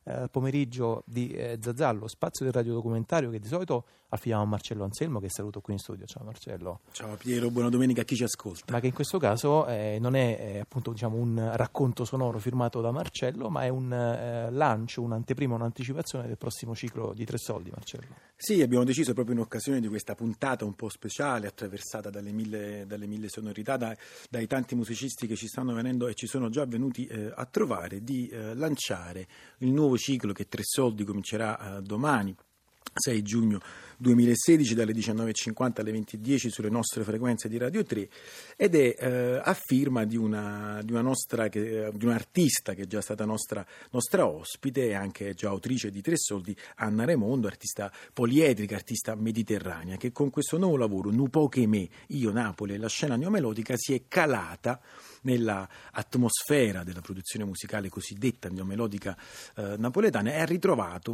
pomeriggio di Zazzallo, spazio del radiodocumentario che di solito affidiamo a Marcello Anselmo, che saluto qui in studio. Ciao Marcello. Ciao Piero, buona domenica a chi ci ascolta. Ma che in questo caso non è appunto un racconto sonoro firmato da Marcello, ma è un lancio, un'anteprima, un'anticipazione del prossimo ciclo di Tre Soldi, Marcello. Sì, abbiamo deciso proprio in occasione di questa puntata un po' speciale, attraversata dalle mille sonorità, dai tanti musicisti che ci stanno venendo e ci sono già venuti a trovare, di lanciare il nuovo ciclo che Tre Soldi comincerà domani, 6 giugno 2016, dalle 19.50 alle 20.10 sulle nostre frequenze di Radio 3, ed è a firma di un'artista che è già stata nostra ospite e anche già autrice di Tre Soldi, Anna Raimondo, artista poliedrica, artista mediterranea, che con questo nuovo lavoro, Nu poche me, Io Napoli e la scena neomelodica, si è calata nella atmosfera della produzione musicale cosiddetta neomelodica napoletana e ha ritrovato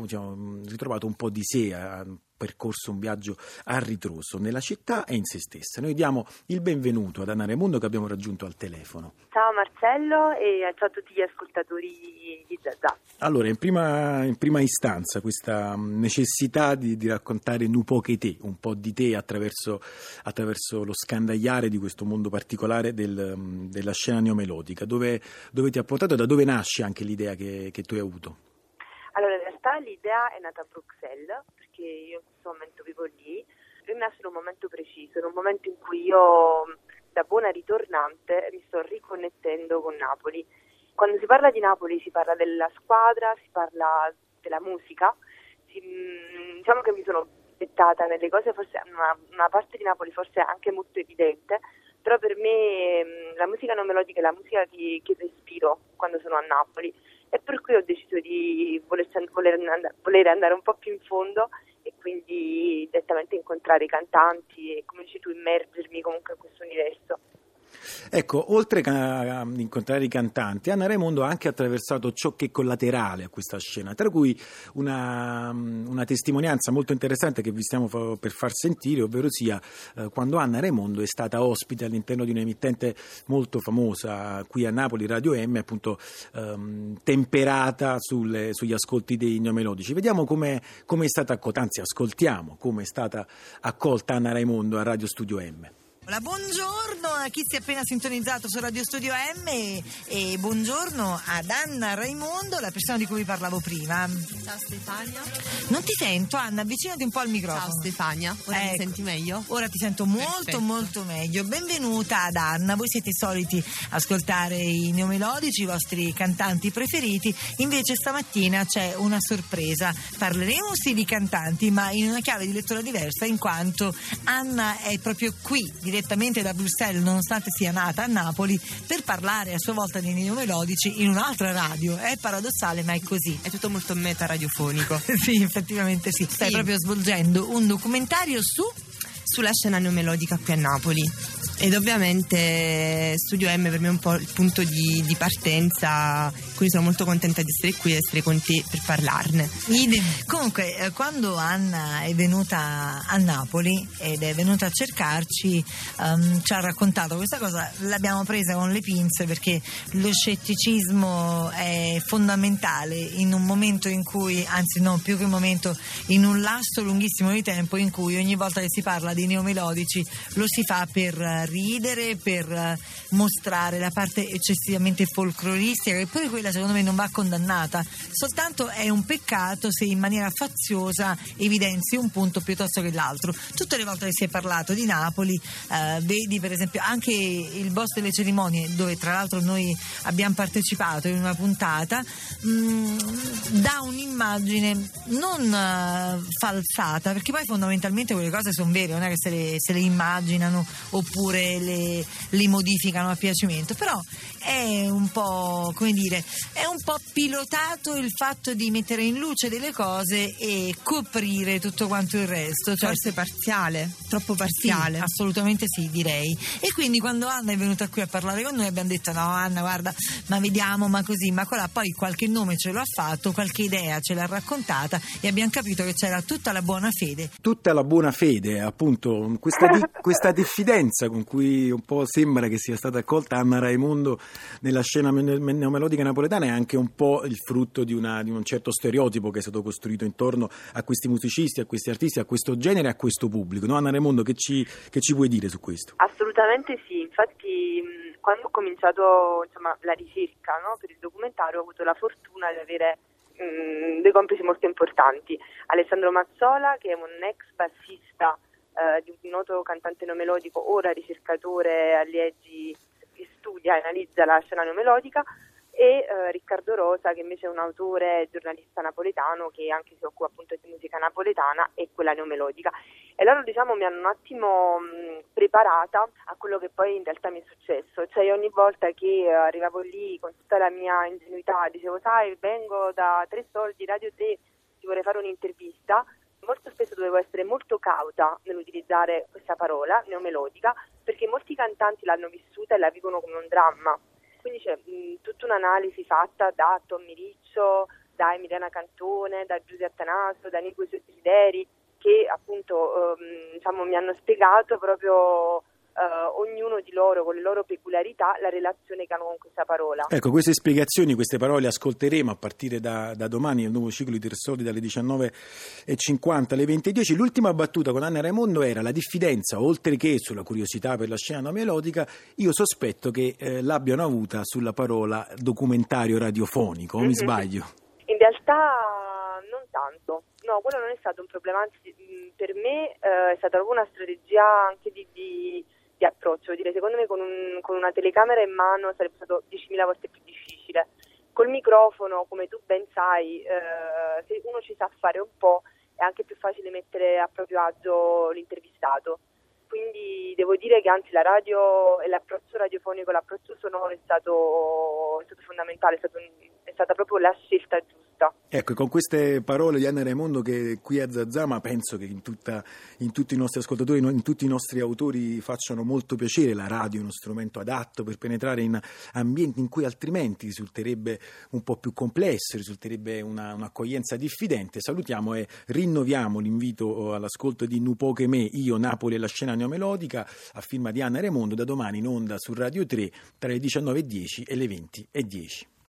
un po' di sé, ha percorso un viaggio a ritroso nella città e in se stessa. Noi diamo il benvenuto ad Anna Raimondo, che abbiamo raggiunto al telefono. Ciao Marcello e ciao a tutti gli ascoltatori di Zazà. Allora, in prima istanza, questa necessità di raccontare Nu poche te, un po' di te attraverso lo scandagliare di questo mondo particolare della scena neomelodica, dove ti ha portato e da dove nasce anche l'idea che tu hai avuto? Allora, in realtà l'idea è nata a Bruxelles, perché io in questo momento vivo lì. Per me nasce in un momento preciso, in un momento in cui io, da buona ritornante, mi sto riconnettendo con Napoli. Quando si parla di Napoli si parla della squadra, si parla della musica. Diciamo che mi sono gettata nelle cose, forse una parte di Napoli forse anche molto evidente, però per me la musica non melodica è la musica che respiro quando sono a Napoli. E per cui ho deciso di voler andare un po' più in fondo e quindi direttamente incontrare i cantanti e, come dici tu, immergermi comunque in questo universo. Ecco, oltre a incontrare i cantanti, Anna Raimondo ha anche attraversato ciò che è collaterale a questa scena, tra cui una testimonianza molto interessante che vi stiamo per far sentire, ovvero sia quando Anna Raimondo è stata ospite all'interno di un'emittente molto famosa qui a Napoli, Radio M, appunto temperata sugli ascolti dei neomelodici. Vediamo come è stata accolta, anzi ascoltiamo come è stata accolta Anna Raimondo a Radio Studio M. Buongiorno a chi si è appena sintonizzato su Radio Studio M e buongiorno ad Anna Raimondo, la persona di cui vi parlavo prima. Ciao Stefania. Non ti sento, Anna, avvicinati un po' al microfono. Ciao Stefania, ora mi senti meglio? Ora ti sento molto Perfetto. Molto meglio. Benvenuta ad Anna, voi siete soliti ascoltare i neomelodici, i vostri cantanti preferiti, invece stamattina c'è una sorpresa. Parleremo sì di cantanti, ma in una chiave di lettura diversa, in quanto Anna è proprio qui direttamente da Bruxelles, nonostante sia nata a Napoli, per parlare a sua volta di neomelodici in un'altra radio. È paradossale, ma è così. È tutto molto meta radiofonico. Sì, effettivamente sì. Stai proprio svolgendo un documentario sulla scena neomelodica qui a Napoli. Ed ovviamente Studio M per me è un po' il punto di partenza, quindi sono molto contenta di essere qui e essere con te per parlarne. Comunque, quando Anna è venuta a Napoli ed è venuta a cercarci, ci ha raccontato questa cosa, l'abbiamo presa con le pinze perché lo scetticismo è fondamentale in un momento in cui, anzi no, più che un momento, in un lasso lunghissimo di tempo in cui ogni volta che si parla di neomelodici lo si fa per ridere, per mostrare la parte eccessivamente folcloristica, che pure quella secondo me non va condannata, soltanto è un peccato se in maniera faziosa evidenzi un punto piuttosto che l'altro. Tutte le volte che si è parlato di Napoli, vedi per esempio anche il boss delle cerimonie, dove tra l'altro noi abbiamo partecipato in una puntata, dà un'immagine non falsata, perché poi fondamentalmente quelle cose sono vere, non è che se le immaginano oppure le modificano a piacimento, però è un po', come dire, è un po' pilotato il fatto di mettere in luce delle cose e coprire tutto quanto il resto, cioè, forse parziale, troppo parziale. Sì, assolutamente sì, direi. E quindi quando Anna è venuta qui a parlare con noi abbiamo detto: no Anna, guarda, ma vediamo, ma così, ma colà, poi qualche nome ce lo ha fatto, qualche idea ce l'ha raccontata e abbiamo capito che c'era tutta la buona fede. Tutta la buona fede, appunto, questa diffidenza con cui un po' sembra che sia stata accolta Anna Raimondo nella scena neomelodica napoletana è anche un po' il frutto di un certo stereotipo che è stato costruito intorno a questi musicisti, a questi artisti, a questo genere e a questo pubblico. No, Anna Raimondo, che ci puoi dire su questo? Assolutamente sì, infatti quando ho cominciato la ricerca, no, per il documentario ho avuto la fortuna di avere due complici molto importanti. Alessandro Mazzola, che è un ex bassista di un noto cantante neomelodico, ora ricercatore a Liegi che studia e analizza la scena neomelodica, e Riccardo Rosa, che invece è un autore giornalista napoletano che anche si occupa appunto di musica napoletana e quella neomelodica. E loro mi hanno un attimo preparata a quello che poi in realtà mi è successo, cioè ogni volta che arrivavo lì con tutta la mia ingenuità dicevo: sai, vengo da Tre Soldi, Radio 3, ti vorrei fare un'intervista. Molto spesso dovevo essere molto cauta nell'utilizzare questa parola neomelodica, perché molti cantanti l'hanno vissuta e la vivono come un dramma. Quindi c'è tutta un'analisi fatta da Tommy Riccio, da Emiliana Cantone, da Giuseppe Attanaso, da Nico Desideri, che appunto mi hanno spiegato proprio ognuno di loro con le loro peculiarità la relazione che hanno con questa parola. Ecco, queste spiegazioni, queste parole ascolteremo a partire da domani nel nuovo ciclo di Tre Soldi dalle 19.50 alle 20.10. L'ultima battuta con Anna Raimondo era la diffidenza, oltre che sulla curiosità per la scena melodica, io sospetto che l'abbiano avuta sulla parola documentario radiofonico, mi sbaglio? In realtà non tanto, no, quello non è stato un problema, anzi per me è stata proprio una strategia anche di approccio. Dire, secondo me con una telecamera in mano sarebbe stato 10.000 volte più difficile. Col microfono, come tu ben sai, se uno ci sa fare un po', è anche più facile mettere a proprio agio l'intervistato. Quindi devo dire che anzi la radio e l'approccio radiofonico, l'approccio sonoro è stato fondamentale, è stata proprio la scelta giusta. Ecco, con queste parole di Anna Raimondo, che qui a Zazama penso che in tutti i nostri ascoltatori, in tutti i nostri autori facciano molto piacere. La radio è uno strumento adatto per penetrare in ambienti in cui altrimenti risulterebbe un po' più complesso, risulterebbe un'accoglienza diffidente. Salutiamo e rinnoviamo l'invito all'ascolto di Nu Poche Me, Io, Napoli e la scena neomelodica, a firma di Anna Raimondo, da domani in onda su Radio 3 tra le 19.10 e le 20.10.